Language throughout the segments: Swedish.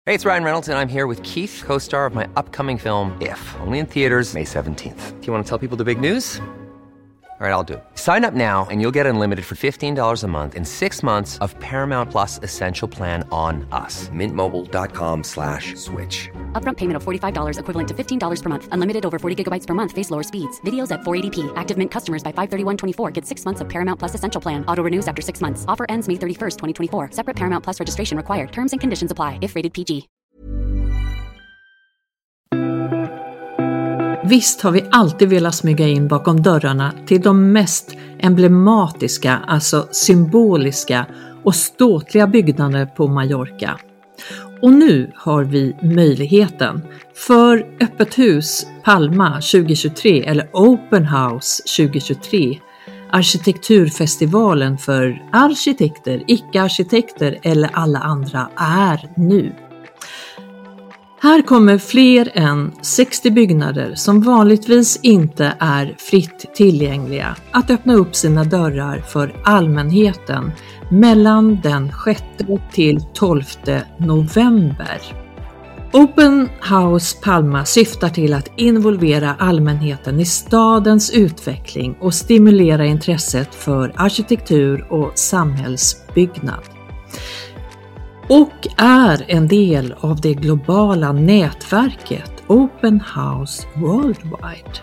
Hey, it's Ryan Reynolds, and I'm here with Keith, co-star of my upcoming film, If, only in theaters May 17th. Do you want to tell people the big news? All right, I'll do it. Sign up now and you'll get unlimited for $15 a month and 6 months of Paramount Plus Essential Plan on us. MintMobile.com/switch. Upfront payment of $45 equivalent to $15 per month. Unlimited over 40 gigabytes per month. Face lower speeds. Videos at 480p. Active Mint customers by 531.24 get 6 months of Paramount Plus Essential Plan. Auto renews after 6 months. Offer ends May 31st, 2024. Separate Paramount Plus registration required. Terms and conditions apply if rated PG. Visst har vi alltid velat smyga in bakom dörrarna till de mest emblematiska, alltså symboliska och ståtliga byggnader på Mallorca. Och nu har vi möjligheten för Öppet hus Palma 2023 eller Open House 2023. Arkitekturfestivalen för arkitekter, icke-arkitekter eller alla andra är nu. Här kommer fler än 60 byggnader som vanligtvis inte är fritt tillgängliga att öppna upp sina dörrar för allmänheten mellan den 6 till 12 november. Open House Palma syftar till att involvera allmänheten i stadens utveckling och stimulera intresset för arkitektur och samhällsbyggnad. Och är en del av det globala nätverket Open House Worldwide.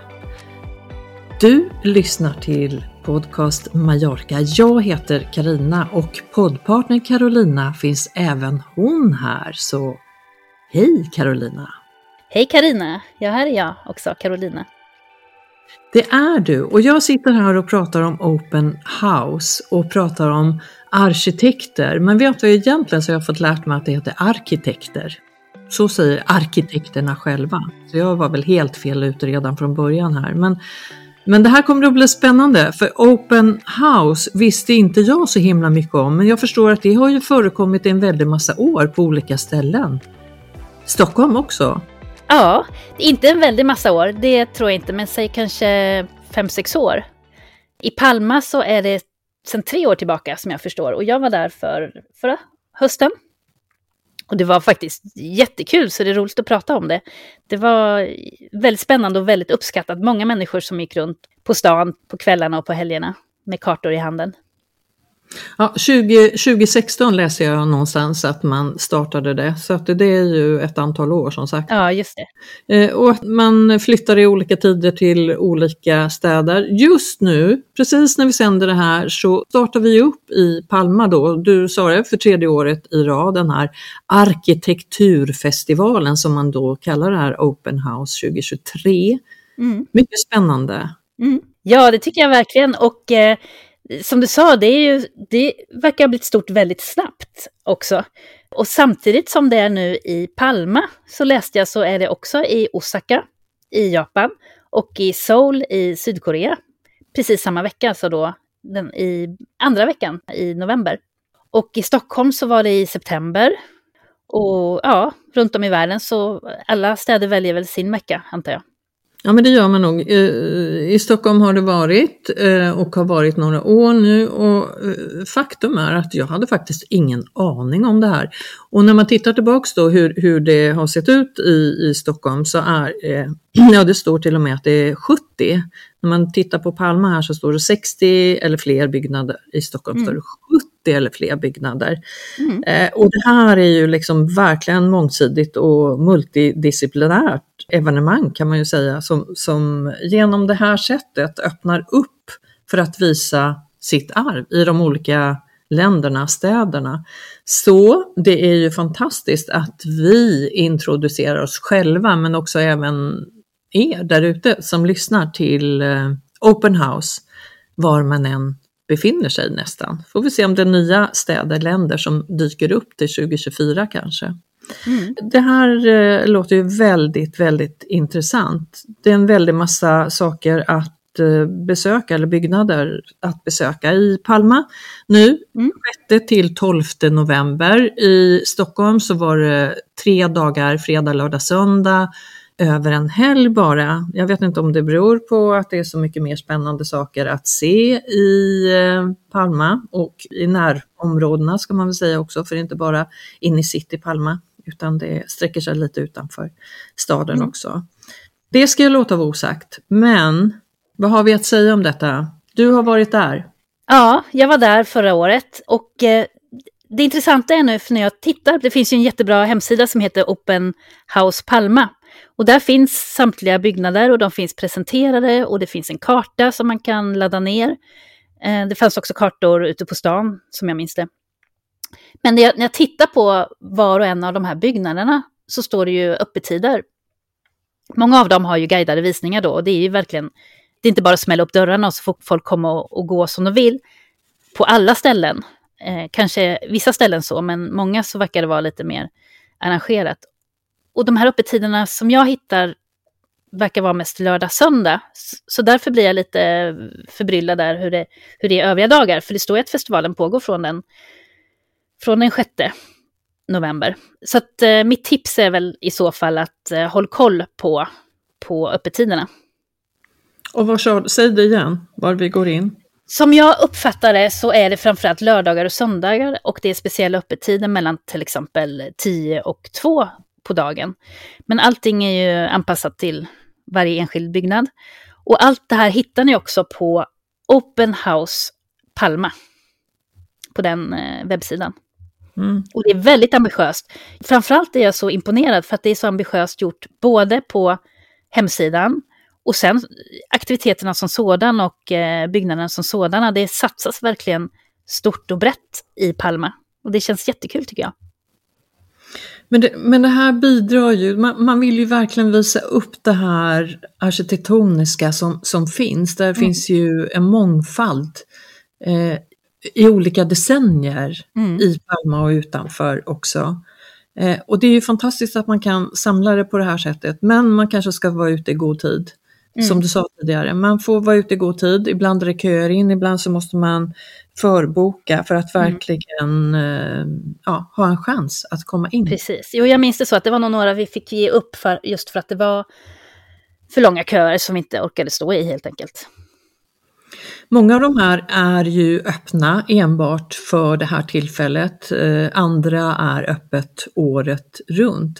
Du lyssnar till podcast Mallorca. Jag heter Carina och poddpartner Carolina finns även hon här. Så hej Carolina! Hej Carina! Ja, här är jag också, Carolina. Det är du och jag sitter här och pratar om Open House och pratar om arkitekter. Men vet du egentligen så har jag fått lärt mig att det heter arkitekter. Så säger arkitekterna själva. Så jag var väl helt fel ute redan från början här. Men det här kommer att bli spännande för Open House visste inte jag så himla mycket om. Men jag förstår att det har ju förekommit en väldigt massa år på olika ställen. Stockholm också. Ja, inte en väldigt massa år, det tror jag inte, men säg kanske 5-6 år. I Palma så är det sedan 3 år tillbaka som jag förstår och jag var där förra hösten. Och det var faktiskt jättekul så det är roligt att prata om det. Det var väldigt spännande och väldigt uppskattat. Många människor som gick runt på stan på kvällarna och på helgerna med kartor i handen. Ja, 2016 läser jag någonstans att man startade det, så att det är ju ett antal år som sagt. Ja, just det. Och att man flyttar i olika tider till olika städer. Just nu, precis när vi sänder det här, så startar vi upp i Palma då. Du sa det för 3:e året i rad, den här arkitekturfestivalen som man då kallar det här Open House 2023. Mycket spännande. Ja, det tycker jag verkligen och... som du sa, det verkar ha blivit stort väldigt snabbt också. Och samtidigt som det är nu i Palma så läste jag så är det också i Osaka i Japan och i Seoul i Sydkorea. Precis samma vecka, så då i andra veckan i november. Och i Stockholm så var det i september. Och ja, runt om i världen så alla städer väljer väl sin mecka, antar jag. Ja, men det gör man nog. I Stockholm har det varit och har varit några år nu och faktum är att jag hade faktiskt ingen aning om det här. Och när man tittar tillbaks då hur det har sett ut i Stockholm så är det står till och med att det är 70. När man tittar på Palma här så står det 60 eller fler byggnader. I Stockholm står det 70 eller fler byggnader. Och det här är ju liksom verkligen mångsidigt och multidisciplinärt evenemang kan man ju säga som genom det här sättet öppnar upp för att visa sitt arv i de olika länderna, städerna. Så det är ju fantastiskt att vi introducerar oss själva men också även er där ute som lyssnar till Open House var man än befinner sig nästan. Får vi se om det är nya städer, länder som dyker upp till 2024 kanske. Det här låter ju väldigt, väldigt intressant. Det är en väldigt massa saker att besöka eller byggnader att besöka i Palma nu 6 till 12 november. I Stockholm så var det 3 dagar, fredag, lördag, söndag över en helg bara. Jag vet inte om det beror på att det är så mycket mer spännande saker att se i Palma och i närområdena ska man väl säga också, för det är inte bara in i city Palma utan det sträcker sig lite utanför staden också. Det ska jag låta vara osagt, men vad har vi att säga om detta? Du har varit där. Ja, jag var där förra året och det intressanta är nu, för när jag tittar, det finns ju en jättebra hemsida som heter Open House Palma. Och där finns samtliga byggnader och de finns presenterade och det finns en karta som man kan ladda ner. Det fanns också kartor ute på stan som jag minns det. Men när jag tittar på var och en av de här byggnaderna så står det ju öppettider. Många av dem har ju guidade visningar då och det är ju verkligen, det är inte bara att smälla upp dörrarna och så får folk komma och gå som de vill. På alla ställen, kanske vissa ställen så, men många så verkar det vara lite mer arrangerat. Och de här öppettiderna som jag hittar verkar vara mest lördag-söndag. Så därför blir jag lite förbryllad där hur det är övriga dagar. För det står ju att festivalen pågår från den 6 november. Så att mitt tips är väl i så fall att håll koll på öppettiderna. Och säg det igen, var vi går in. Som jag uppfattar det så är det framförallt lördagar och söndagar. Och det är speciella öppettider mellan till exempel 10 och 2 på dagen. Men allting är ju anpassat till varje enskild byggnad. Och allt det här hittar ni också på Open House Palma. På den webbsidan. Och det är väldigt ambitiöst. Framförallt är jag så imponerad för att det är så ambitiöst gjort både på hemsidan och sen aktiviteterna som sådan och byggnaderna som sådana. Det satsas verkligen stort och brett i Palma. Och det känns jättekul tycker jag. Men det här bidrar ju, man vill ju verkligen visa upp det här arkitektoniska som finns. Där finns ju en mångfald i olika decennier i Palma och utanför också. Och det är ju fantastiskt att man kan samla det på det här sättet, men man kanske ska vara ute i god tid. Som du sa tidigare, man får vara ute i god tid, ibland är det köer in, ibland så måste man förboka för att verkligen ha en chans att komma in. Precis, jo jag minns det så att det var nog några vi fick ge upp just för att det var för långa köer som vi inte orkade stå i helt enkelt. Många av de här är ju öppna enbart för det här tillfället, andra är öppet året runt.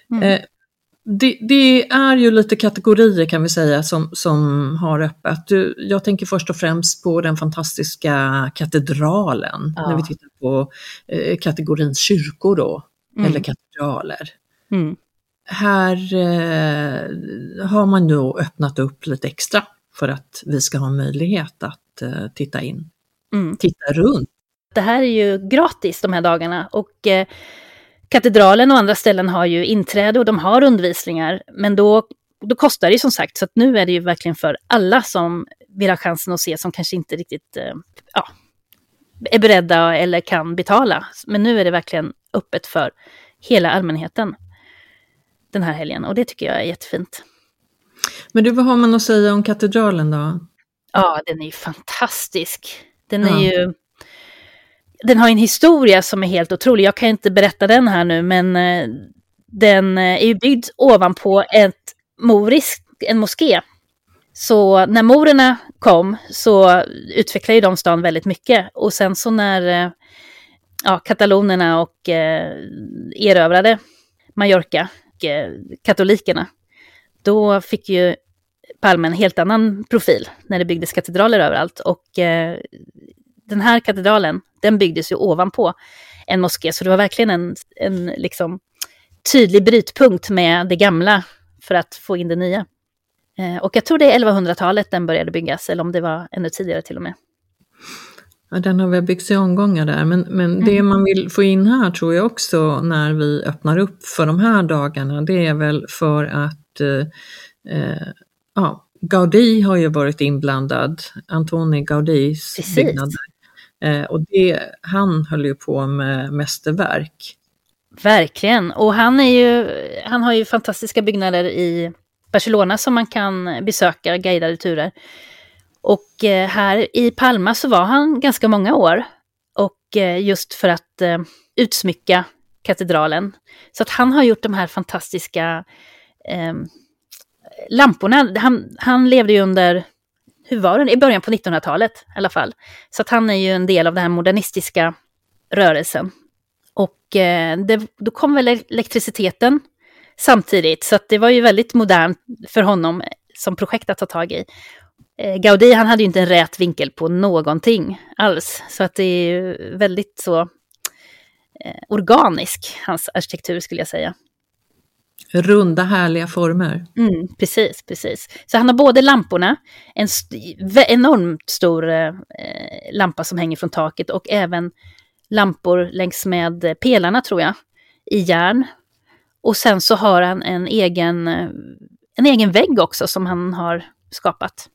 Det är ju lite kategorier kan vi säga som har öppet. Jag tänker först och främst på den fantastiska katedralen. När vi tittar på kategorins kyrkor då, eller katedraler. Här har man då öppnat upp lite extra för att vi ska ha möjlighet att titta in. Titta runt. Det här är ju gratis de här dagarna och katedralen och andra ställen har ju inträde och de har undervisningar. Men då kostar det ju som sagt. Så att nu är det ju verkligen för alla som vill ha chansen att se som kanske inte riktigt är beredda eller kan betala. Men nu är det verkligen öppet för hela allmänheten den här helgen. Och det tycker jag är jättefint. Men vad har man att säga om katedralen då? Ja, den är ju fantastisk. Den har en historia som är helt otrolig. Jag kan inte berätta den här nu, men den är ju byggd ovanpå en moské. Så när morerna kom så utvecklade de stan väldigt mycket. Och sen så när katalonerna och erövrade Mallorca, katolikerna, då fick ju Palma en helt annan profil när det byggdes katedraler överallt. Och den här katedralen, den byggdes ju ovanpå en moské. Så det var verkligen en liksom tydlig brytpunkt med det gamla för att få in det nya. Och jag tror det är 1100-talet den började byggas, eller om det var ännu tidigare till och med. Ja, den har väl byggts i omgångar där, men det man vill få in här tror jag också när vi öppnar upp för de här dagarna, det är väl för att Gaudí har ju varit inblandad, Antoni Gaudís byggnader. Och han höll ju på med mästerverk. Verkligen, och han har ju fantastiska byggnader i Barcelona som man kan besöka, guidade turer. Och här i Palma så var han ganska många år. Och just för att utsmycka katedralen. Så att han har gjort de här fantastiska lamporna. Han levde ju under, hur var det? I början på 1900-talet i alla fall. Så att han är ju en del av den här modernistiska rörelsen. Och då kom väl elektriciteten samtidigt, så att det var ju väldigt modernt för honom som projekt att ta tag i. Gaudí, han hade ju inte en rät vinkel på någonting alls, så att det är ju väldigt så organisk, hans arkitektur skulle jag säga. Runda, härliga former. Precis. Så han har både lamporna, en enormt stor lampa som hänger från taket, och även lampor längs med pelarna, tror jag, i järn. Och sen så har han en egen vägg också som han har skapat.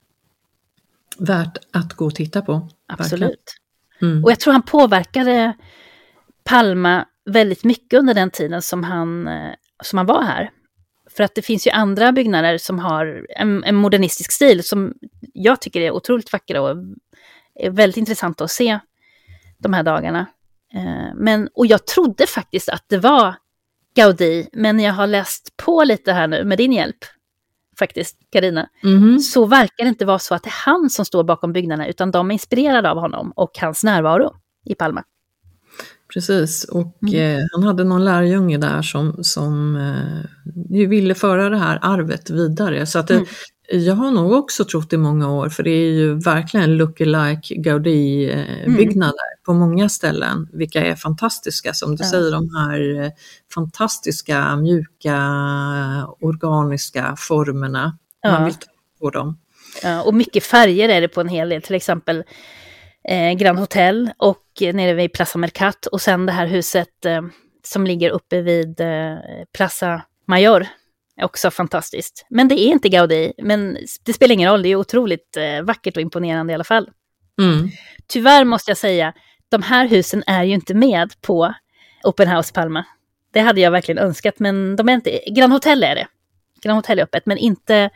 Värt att gå och titta på. Absolut. Och jag tror han påverkade Palma väldigt mycket under den tiden som han var här. För att det finns ju andra byggnader som har en modernistisk stil som jag tycker är otroligt vackra och är väldigt intressant att se de här dagarna. Och jag trodde faktiskt att det var Gaudí, men jag har läst på lite här nu med din hjälp, faktiskt, Carina. Så verkar det inte vara så att det är han som står bakom byggnaderna, utan de är inspirerade av honom och hans närvaro i Palma. Precis, och han hade någon lärjunge där som ville föra det här arvet vidare. Så att jag har nog också trott i många år, för det är ju verkligen look-alike Gaudí-byggnader på många ställen, vilka är fantastiska, som du säger, de här fantastiska, mjuka, organiska formerna. Man vill ta på dem. Ja, och mycket färger är det på en hel del, till exempel Grand Hotel och nere vid Plaza Mercat, och sen det här huset som ligger uppe vid Plaza Mayor är också fantastiskt. Men det är inte Gaudí, men det spelar ingen roll, det är otroligt vackert och imponerande i alla fall. Tyvärr måste jag säga, de här husen är ju inte med på Open House Palma. Det hade jag verkligen önskat, men de är inte. Grand Hotel är det. Grand Hotel är öppet, men inte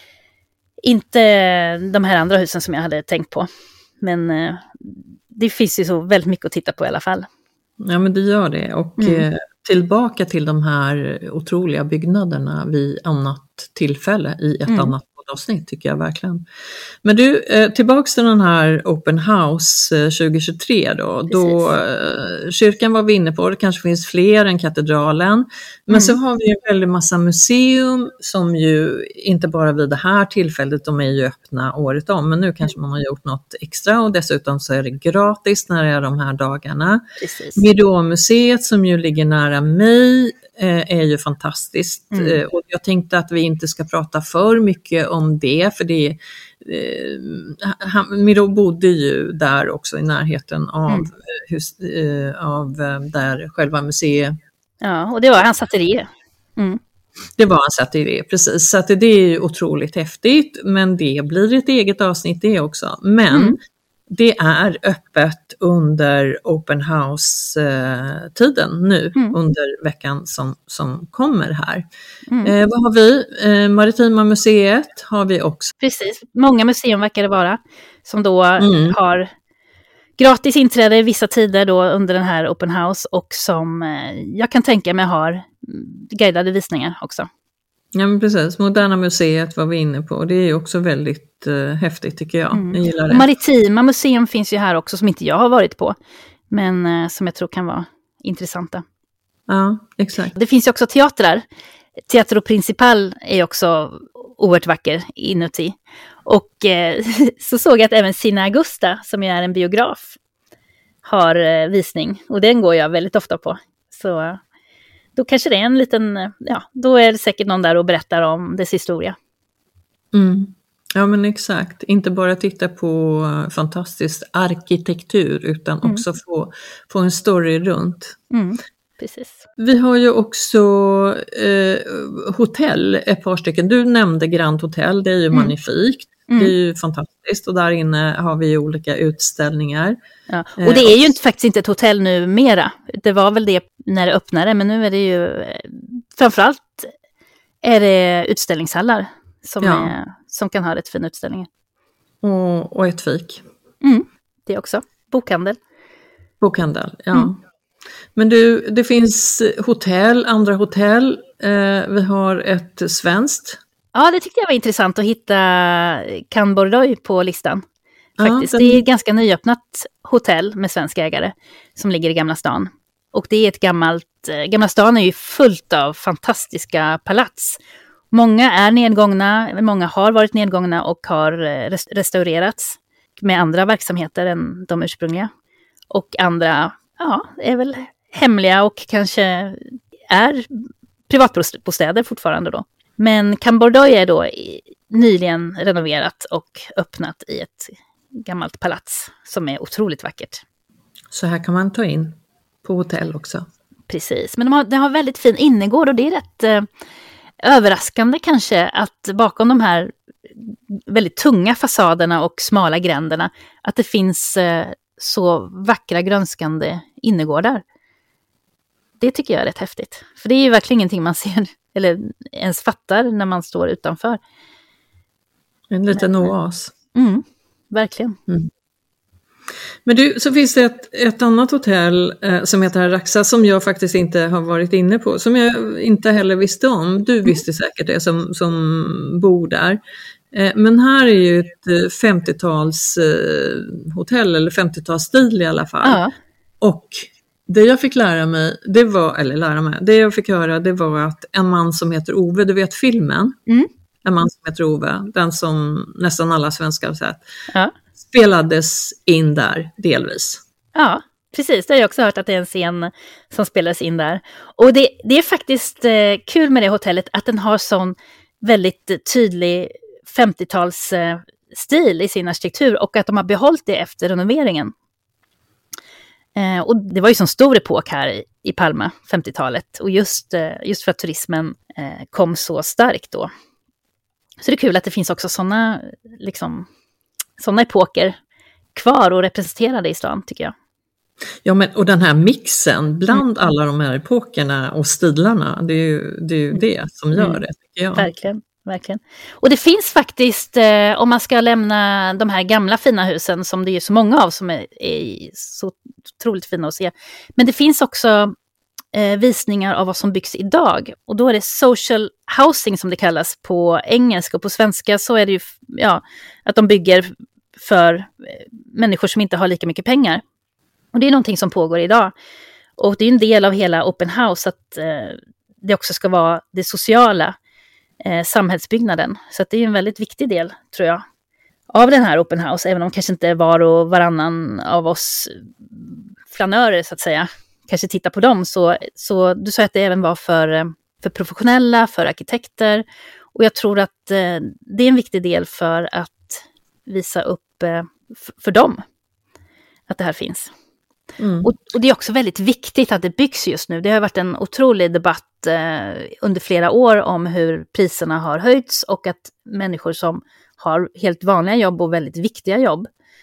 de här andra husen som jag hade tänkt på. Men det finns ju så väldigt mycket att titta på i alla fall. Ja, men det gör det. Och tillbaka till de här otroliga byggnaderna vid annat tillfälle i ett annat avsnitt, tycker jag verkligen. Men du, tillbaks till den här Open House 2023 då kyrkan var vi inne på, det kanske finns fler än katedralen, men så har vi en väldigt massa museum som ju inte bara vid det här tillfället, de är ju öppna året om, men nu kanske man har gjort något extra, och dessutom så är det gratis när det är de här dagarna. Midó-museet som ju ligger nära mig är ju fantastiskt, och jag tänkte att vi inte ska prata för mycket om det, för det Miró bodde ju där också i närheten av där själva museet. Ja, och det var hans ateljé. Det var hans ateljé, precis. Så att det är ju otroligt häftigt, men det blir ett eget avsnitt det också. Men det är öppet under Open House-tiden nu, under veckan som kommer här. Vad har vi? Maritima museet har vi också. Precis, många museum verkar det vara, som då har gratis inträde i vissa tider då under den här Open House, och som jag kan tänka mig har guidade visningar också. Ja, men precis. Moderna museet var vi inne på. Det är ju också väldigt häftigt, tycker jag. Jag gillar det. Maritima museum finns ju här också, som inte jag har varit på, men som jag tror kan vara intressanta. Ja, exakt. Det finns ju också teatrar. Teatro Principal är också oerhört vacker inuti. Och så såg jag att även Cine Augusta, som är en biograf, har visning. Och den går jag väldigt ofta på. Så då kanske det är en liten, då är det säkert någon där och berättar om dess historia. Ja, men exakt. Inte bara titta på fantastisk arkitektur, utan också få en story runt. Precis. Vi har ju också hotell, ett par stycken. Du nämnde Grand Hotel, det är ju magnifikt. Det är ju fantastiskt, och där inne har vi ju olika utställningar. Ja. Och det är ju faktiskt inte ett hotell nu mera. Det var väl det när det öppnade, men nu är det ju framförallt är det utställningshallar som kan ha rätt fina utställningar. Och ett fik. Det också. Bokhandel, ja. Men du, det finns hotell, andra hotell. Vi har ett svenskt. Ja, det tyckte jag var intressant att hitta Can Bordeaux på listan. Faktiskt. Det är ett ganska nyöppnat hotell med svenska ägare som ligger i Gamla stan. Och det är ett Gamla stan är ju fullt av fantastiska palats. Många är nedgångna, många har varit nedgångna och har restaurerats med andra verksamheter än de ursprungliga. Och andra är väl hemliga och kanske är privatbostäder fortfarande då. Men Cambordoy är då nyligen renoverat och öppnat i ett gammalt palats som är otroligt vackert. Så här kan man ta in på hotell också. Precis, men de har väldigt fin innergård och det är rätt överraskande kanske att bakom de här väldigt tunga fasaderna och smala gränderna att det finns så vackra grönskande innergårdar. Det tycker jag är rätt häftigt. För det är ju verkligen ingenting man ser eller ens fattar när man står utanför. En liten oas. Verkligen. Men så finns det ett annat hotell som heter Araxa som jag faktiskt inte har varit inne på. Som jag inte heller visste om. Du visste säkert det som bor där. Men här är ju ett 50-tals hotell eller 50-talsstil i alla fall. Ja. Och det jag fick lära mig, det jag fick höra det var att en man som heter Ove, du vet filmen? En man som heter Ove, den som nästan alla svenskar har sett. Ja. Spelades in där delvis. Ja, precis. Det har jag också hört att det är en scen som spelades in där. Och det är faktiskt kul med det hotellet att den har sån väldigt tydlig 50-tals stil i sin arkitektur och att de har behållit det efter renoveringen. Och det var ju sån stor epok här i Palma, 50-talet. Och just för att turismen kom så starkt då. Så det är kul att det finns också såna epoker kvar och representerade i stan, tycker jag. Ja, och den här mixen bland alla de här epokerna och stilarna, det är ju det som gör det, tycker jag. Verkligen. Och det finns faktiskt, om man ska lämna de här gamla fina husen som det är så många av som är så otroligt fina att se. Men det finns också visningar av vad som byggs idag. Och då är det social housing som det kallas på engelska, och på svenska så är det ju att de bygger för människor som inte har lika mycket pengar. Och det är någonting som pågår idag. Och det är en del av hela open house att det också ska vara det sociala samhällsbyggnaden. Så att det är en väldigt viktig del, tror jag, av den här open house, även om kanske inte var och varannan av oss flanörer så att säga kanske titta på dem, så du sa att det även var för professionella, för arkitekter, och jag tror att det är en viktig del för att visa upp för dem att det här finns. Och det är också väldigt viktigt att det byggs just nu. Det har varit en otrolig debatt under flera år om hur priserna har höjts och att människor som har helt vanliga jobb och väldigt viktiga jobb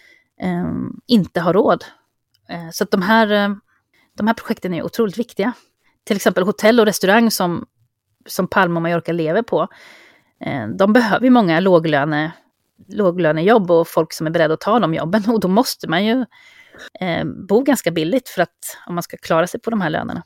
inte har råd. Så att de här projekten är otroligt viktiga. Till exempel hotell och restaurang som Palma och Mallorca lever på. De behöver ju många låglönejobb och folk som är beredda att ta de jobben. Och då måste man ju bo ganska billigt om man ska klara sig på de här lönerna.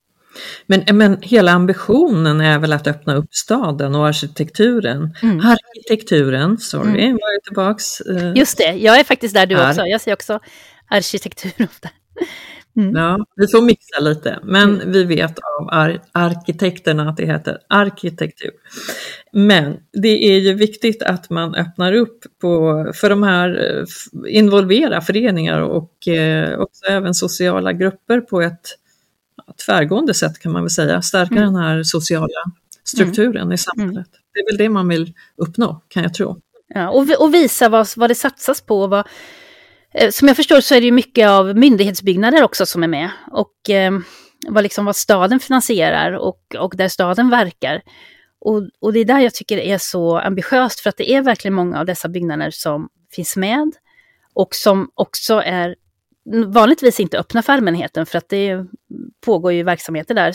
Men hela ambitionen är väl att öppna upp staden och arkitekturen. Arkitekturen, var jag tillbaks. Just det, jag är faktiskt där du också. Jag ser också arkitektur ofta. Ja, vi får mixa lite, men vi vet av arkitekterna att det heter arkitektur. Men det är ju viktigt att man öppnar upp för de här, involvera föreningar och också även sociala grupper på ett tvärgående sätt, kan man väl säga. Stärka den här sociala strukturen i samhället. Det är väl det man vill uppnå, kan jag tro. Ja, och visa vad det satsas på. Som jag förstår så är det ju mycket av myndighetsbyggnader också som är med. Och vad staden finansierar och där staden verkar. Och det är där jag tycker det är så ambitiöst, för att det är verkligen många av dessa byggnader som finns med. Och som också är vanligtvis inte öppna för allmänheten, för att det pågår ju verksamheter där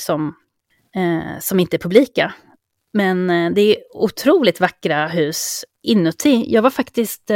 som inte är publika. Men det är otroligt vackra hus inuti. Jag var faktiskt,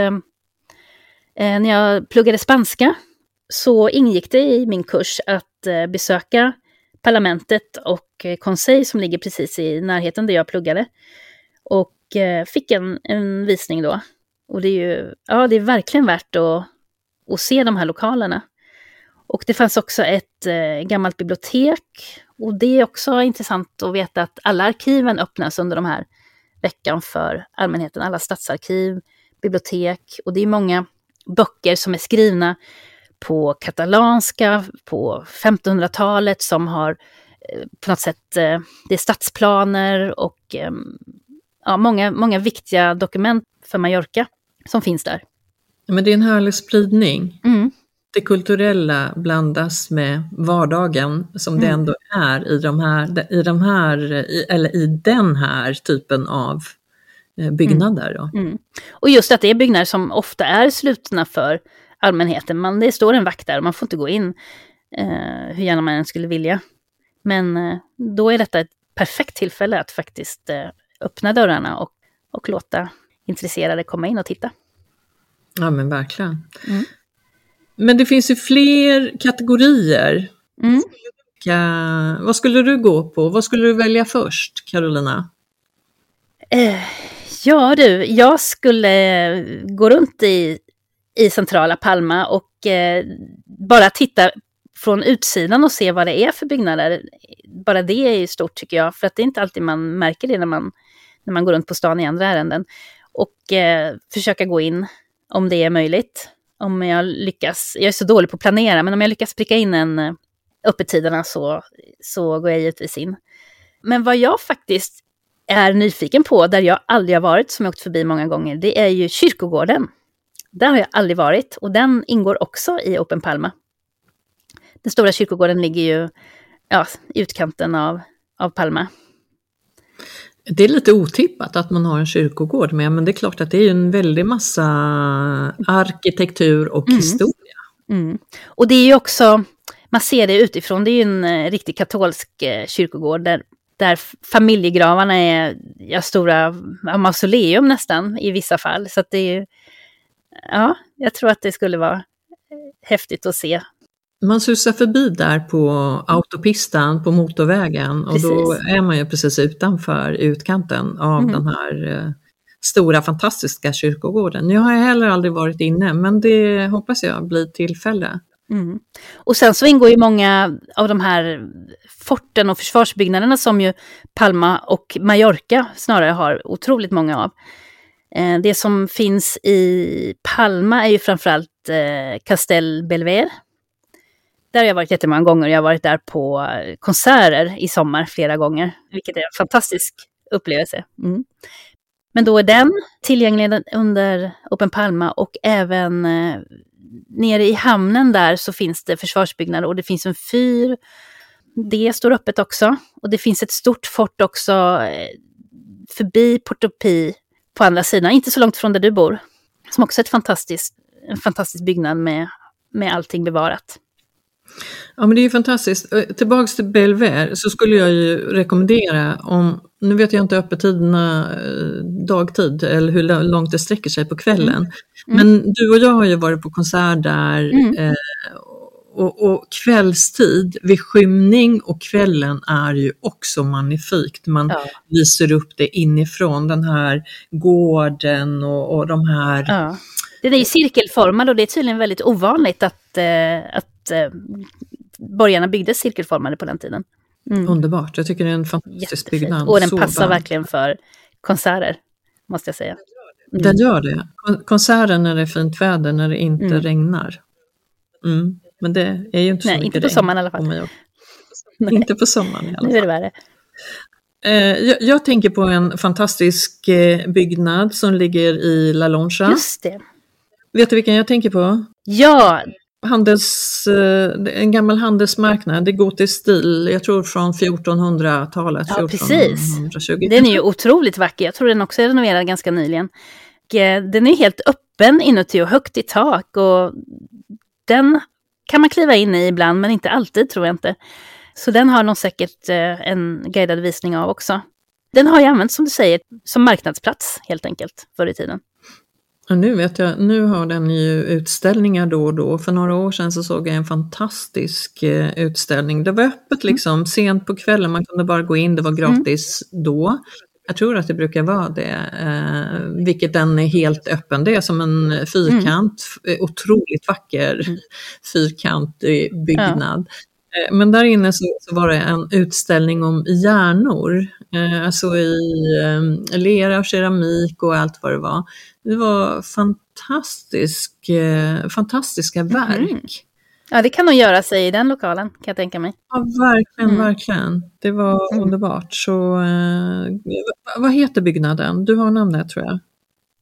när jag pluggade spanska, så ingick det i min kurs att besöka parlamentet och konselj som ligger precis i närheten där jag pluggade. Och fick en visning då. Och det är ju, det är verkligen värt att se de här lokalerna. Och det fanns också ett gammalt bibliotek. Och det är också intressant att veta att alla arkiven öppnas under de här veckan för allmänheten. Alla stadsarkiv, bibliotek. Och det är många böcker som är skrivna på katalanska på 1500-talet som har på något sätt, det är stadsplaner och många viktiga dokument för Mallorca som finns där. Men det är en härlig spridning. Mm. Det kulturella blandas med vardagen som det ändå är i den här typen av byggnader. Då. Mm. Och just att det är byggnader som ofta är slutna för allmänheten. Det står en vakt där och man får inte gå in hur gärna man än skulle vilja. Men då är detta ett perfekt tillfälle att faktiskt öppna dörrarna och låta intresserade komma in och titta. Ja, men verkligen. Mm. Men det finns ju fler kategorier. Mm. Vad skulle du gå på? Vad skulle du välja först, Carolina? Jag skulle gå runt i centrala Palma och bara titta från utsidan och se vad det är för byggnader. Bara det är ju stort tycker jag, för att det är inte alltid man märker det när man går runt på stan i andra ärenden. Och försöka gå in om det är möjligt. Om jag lyckas, jag är så dålig på att planera, men om jag lyckas pricka in öppettiderna så går jag givetvis in. Men vad jag faktiskt är nyfiken på, där jag aldrig har varit, som jag åkt förbi många gånger, det är ju kyrkogården. Där har jag aldrig varit och den ingår också i Open Palma. Den stora kyrkogården ligger ju i utkanten av Palma. Det är lite otippat att man har en kyrkogård med, men det är klart att det är en väldig massa arkitektur och historia. Mm. Och det är ju också, man ser det utifrån, det är ju en riktig katolsk kyrkogård där familjegravarna är stora mausoleum nästan i vissa fall. Så att det är ju, jag tror att det skulle vara häftigt att se. Man susar förbi där på autopistan, på motorvägen, och då är man ju precis utanför utkanten av den här stora fantastiska kyrkogården. Nu har jag heller aldrig varit inne, men det hoppas jag blir tillfälle. Mm. Och sen så ingår ju många av de här forten och försvarsbyggnaderna som ju Palma och Mallorca snarare har otroligt många av. Det som finns i Palma är ju framförallt Castell Belver. Där har jag varit jättemånga gånger. Jag har varit där på konserter i sommar flera gånger. Vilket är en fantastisk upplevelse. Mm. Men då är den tillgänglig under Open Palma. Och även nere i hamnen där så finns det försvarsbyggnader. Och det finns en fyr. Det står öppet också. Och det finns ett stort fort också förbi Portopí på andra sidan. Inte så långt från där du bor. Som också är en fantastisk byggnad med allting bevarat. Ja, men det är ju fantastiskt. Tillbaks till Belver så skulle jag ju rekommendera, nu vet jag inte öppettiderna dagtid eller hur långt det sträcker sig på kvällen. Men du och jag har ju varit på konsert där och kvällstid vid skymning och kvällen är ju också magnifikt. Man visar upp det inifrån den här gården och de här... Ja. Den är ju cirkelformad och det är tydligen väldigt ovanligt att borgarna byggde cirkelformade på den tiden. Underbart, jag tycker det är en fantastisk byggnad. Och den passar verkligen för konserter, måste jag säga. Den gör det. Konserten när det är fint väder, när det inte regnar. Men det är ju inte så mycket inte på sommaren i alla fall. Inte på sommaren i alla fall. Nu är det värre. Jag tänker på en fantastisk byggnad som ligger i La Lonja. Just det. Vet du vilken jag tänker på? Ja. En gammal handelsmarknad, det går till stil, jag tror från 1400-talet. Ja, precis. Den är ju otroligt vacker. Jag tror den också är renoverad ganska nyligen. Den är helt öppen inuti och högt i tak. Och den kan man kliva in i ibland, men inte alltid, tror jag inte. Så den har nog säkert en guidad visning av också. Den har ju använts, som du säger, som marknadsplats helt enkelt förr i tiden. Och nu vet jag, nu har den ju utställningar då och då. För några år sedan så såg jag en fantastisk utställning. Det var öppet liksom, sent på kvällen, man kunde bara gå in, det var gratis då. Jag tror att det brukar vara det, vilket den är helt öppen. Det är som en fyrkant, otroligt vacker fyrkantig byggnad. Men där inne så var det en utställning om hjärnor, alltså i lera och keramik och allt vad det var. Det var fantastiska verk. Ja, det kan nog göra sig i den lokalen, kan jag tänka mig. Ja, verkligen. Det var underbart. Så, vad heter byggnaden? Du har namnet, tror jag.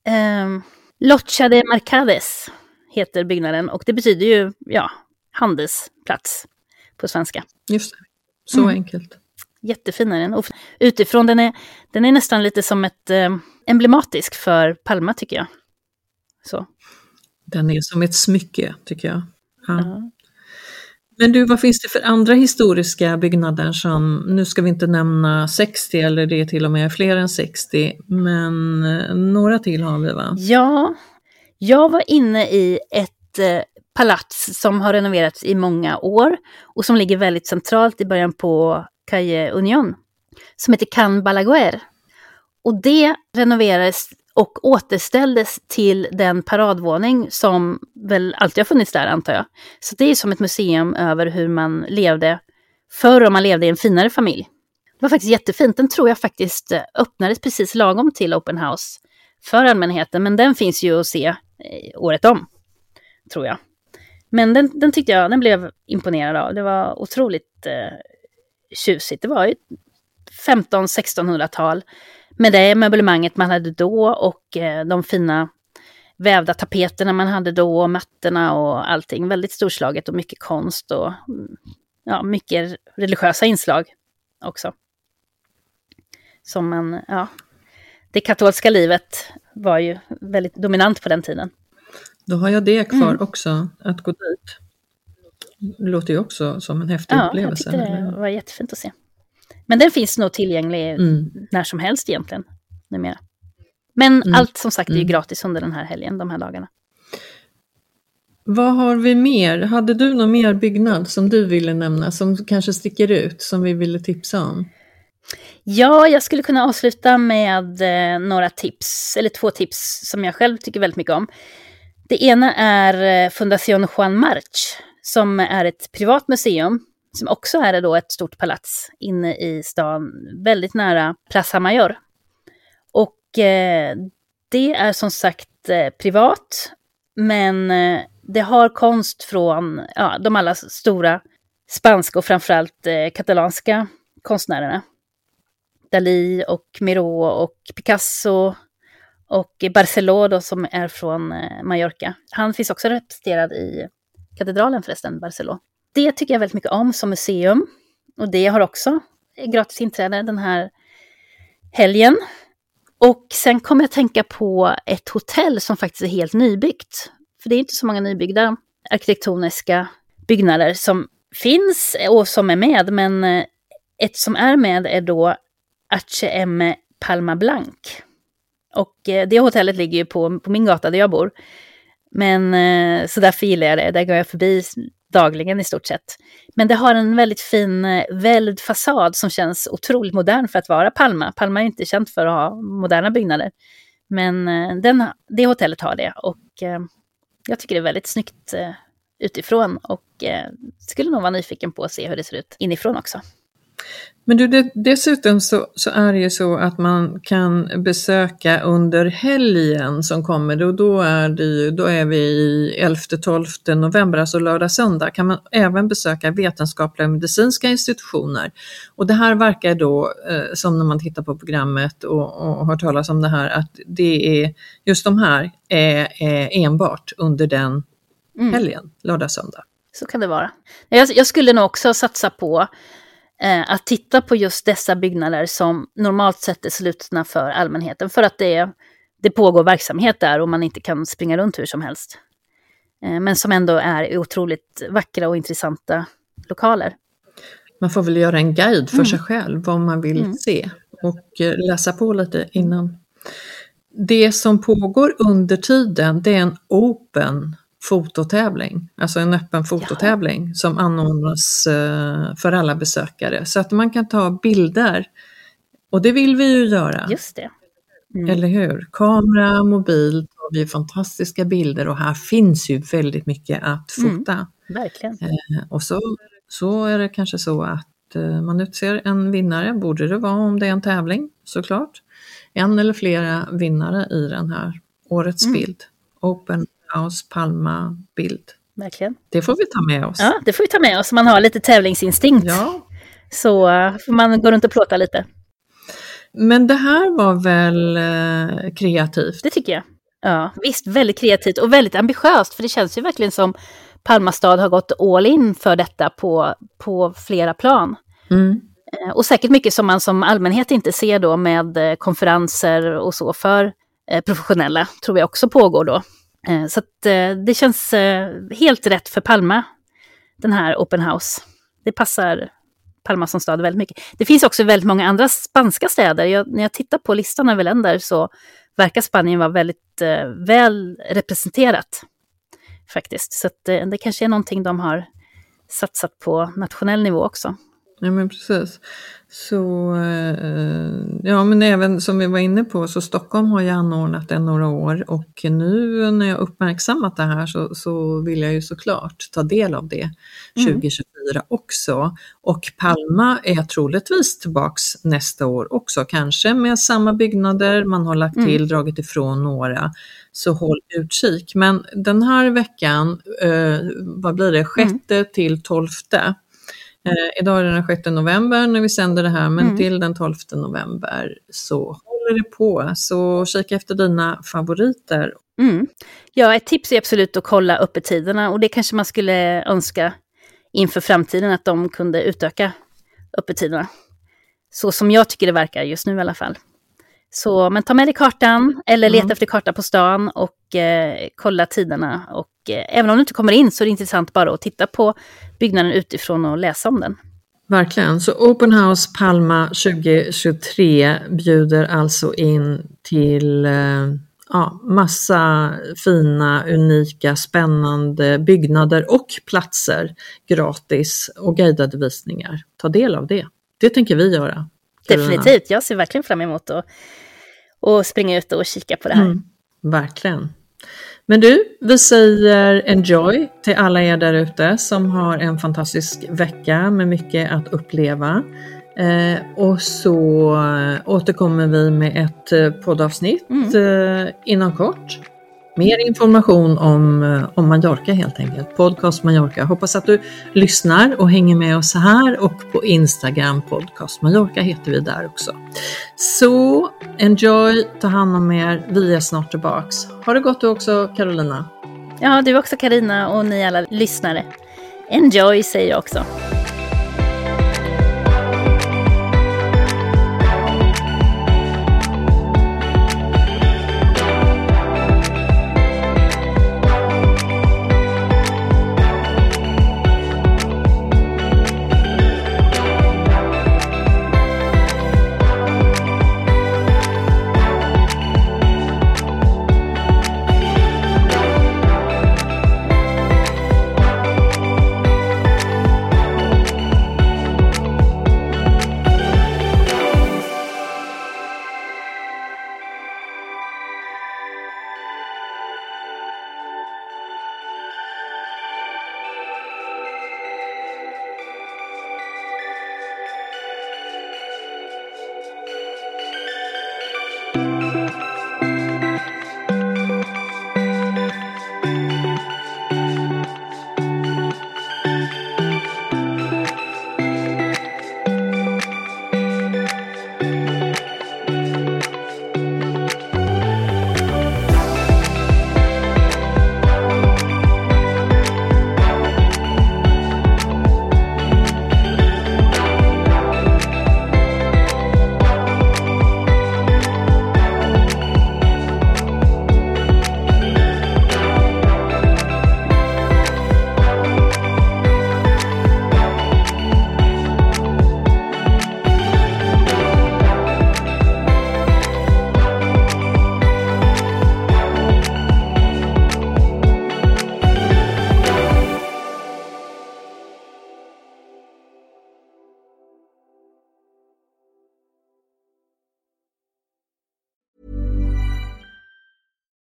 Locha de Mercades heter byggnaden, och det betyder ju handelsplats på svenska. Just det, så enkelt. Jättefin är den. Och utifrån den är nästan lite som ett emblematisk för Palma, tycker jag. Så. Den är som ett smycke, tycker jag. Ja. Men du, vad finns det för andra historiska byggnader som, nu ska vi inte nämna 60 eller det är till och med fler än 60, men några till har vi, va? Ja, jag var inne i ett palats som har renoverats i många år och som ligger väldigt centralt i början på Calle Union, som heter Can Balaguer. Och det renoverades och återställdes till den paradvåning som väl alltid har funnits där, antar jag. Så det är som ett museum över hur man levde förr, om man levde i en finare familj. Det var faktiskt jättefint. Den tror jag faktiskt öppnades precis lagom till Open House för allmänheten. Men den finns ju att se året om, tror jag. Men den tyckte jag, den blev imponerad av. Det var otroligt tjusigt. Det var ju 1500-1600-tal. Med det möblemanget man hade då och de fina vävda tapeterna man hade då och mattorna och allting. Väldigt storslaget och mycket konst och mycket religiösa inslag också. Som det katolska livet var ju väldigt dominant på den tiden. Då har jag det kvar också, att gå dit. Det låter ju också som en häftig upplevelse. Ja, jag tyckte det var jättefint att se. Men den finns nog tillgänglig när som helst egentligen numera. Men allt som sagt är ju gratis under den här helgen, de här dagarna. Vad har vi mer? Hade du någon mer byggnad som du ville nämna, som kanske sticker ut, som vi ville tipsa om? Ja, jag skulle kunna avsluta med några tips, eller 2 tips som jag själv tycker väldigt mycket om. Det ena är Fundación Juan March, som är ett privat museum som också är då ett stort palats inne i stan, väldigt nära Plaza Mayor. Och det är som sagt privat, men det har konst från de alla stora spanska och framförallt katalanska konstnärerna. Dalí och Miró och Picasso och Barceló då, som är från Mallorca. Han finns också representerad i katedralen förresten, Barceló. Det tycker jag väldigt mycket om som museum. Och det har också gratis inträde den här helgen. Och sen kommer jag tänka på ett hotell som faktiskt är helt nybyggt. För det är inte så många nybyggda arkitektoniska byggnader som finns och som är med. Men ett som är med är då H&M Palma Blanc. Och det hotellet ligger ju på min gata där jag bor. Men så därför gillar jag det. Där går jag förbi dagligen i stort sett. Men det har en väldigt fin välvd fasad som känns otroligt modern för att vara Palma. Palma är inte känt för att ha moderna byggnader. Men det hotellet har det. Och jag tycker det är väldigt snyggt utifrån. Och skulle nog vara nyfiken på att se hur det ser ut inifrån också. Men du, dessutom så är det ju så att man kan besöka under helgen som kommer, och då är vi i 11-12 november, alltså lördag söndag, kan man även besöka vetenskapliga medicinska institutioner. Och det här verkar då, som när man tittar på programmet och hör talas om det här, att det är just de här är enbart under den helgen, lördag söndag. Så kan det vara. Jag skulle nog också satsa på att titta på just dessa byggnader som normalt sett är slutna för allmänheten. För att det pågår verksamhet där och man inte kan springa runt hur som helst. Men som ändå är otroligt vackra och intressanta lokaler. Man får väl göra en guide för sig själv vad man vill se och läsa på lite innan. Det som pågår under tiden, det är en open fototävling, alltså en öppen fototävling som anordnas för alla besökare, så att man kan ta bilder Och det vill vi ju göra. Just det. Eller hur? Kamera, mobil, tar vi fantastiska bilder och här finns ju väldigt mycket att fota. Verkligen. Och så är det kanske så att man utser en vinnare, borde det vara om det är en tävling såklart. En eller flera vinnare i den här årets bild. Open House Palma bild. Verkligen. Det får vi ta med oss. Ja, det får vi ta med oss. Man har lite tävlingsinstinkt. Ja. Så får man gå runt och plåta lite. Men det här var väl kreativt? Det tycker jag. Ja, visst, väldigt kreativt och väldigt ambitiöst. För det känns ju verkligen som Palma stad har gått all in för detta på flera plan. Och säkert mycket som man som allmänhet inte ser då med konferenser och så för professionella, tror jag också pågår då. Så att det känns helt rätt för Palma, den här Open House. Det passar Palma som stad väldigt mycket. Det finns också väldigt många andra spanska städer. När jag tittar på listan över länder så verkar Spanien vara väldigt väl representerat faktiskt. Så att, det kanske är någonting de har satsat på nationell nivå också. Ja, men precis. Så ja, men även som vi var inne på, så Stockholm har ju anordnat det några år och nu när jag uppmärksammat det här så vill jag ju såklart ta del av det 2024 också. Och Palma är troligtvis tillbaks nästa år också, kanske med samma byggnader, man har lagt till, dragit ifrån några, så håll utkik. Men den här veckan, vad blir det, 6 till 12? Idag är det den 6 november när vi sänder det här, men till den 12 november så håller det på. Så kika efter dina favoriter. Ja, ett tips är absolut att kolla öppettiderna, och det kanske man skulle önska inför framtiden att de kunde utöka öppettiderna. Så som jag tycker det verkar just nu i alla fall. Så men ta med dig kartan eller leta efter karta på stan och kolla tiderna. Och även om du inte kommer in så är det intressant bara att titta på byggnaden utifrån och läsa om den. Verkligen, så Open House Palma 2023 bjuder alltså in till massa fina, unika, spännande byggnader och platser gratis och guidade visningar. Ta del av det. Det tänker vi göra. Definitivt, jag ser verkligen fram emot att springa ut och kika på det här. Verkligen. Men du, vi säger enjoy till alla er där ute som har en fantastisk vecka med mycket att uppleva. Och så återkommer vi med ett poddavsnitt inom kort. Mer information om Mallorca helt enkelt. Podcast Mallorca. Hoppas att du lyssnar och hänger med oss här, och på Instagram Podcast Mallorca heter vi där också. Så enjoy, ta hand om er. Vi är snart tillbaks. Ha det gott du också, Carolina. Ja, du också Carina, och ni alla lyssnare. Enjoy säger jag också.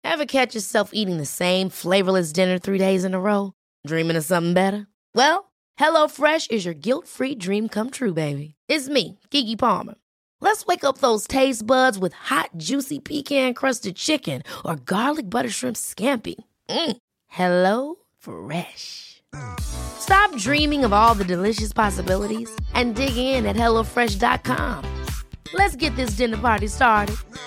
Ever catch yourself eating the same flavorless dinner 3 days in a row? Dreaming of something better? Well, HelloFresh is your guilt-free dream come true, baby. It's me, Keke Palmer. Let's wake up those taste buds with hot, juicy pecan-crusted chicken or garlic butter shrimp scampi. Hello Fresh. Stop dreaming of all the delicious possibilities and dig in at HelloFresh.com. Let's get this dinner party started.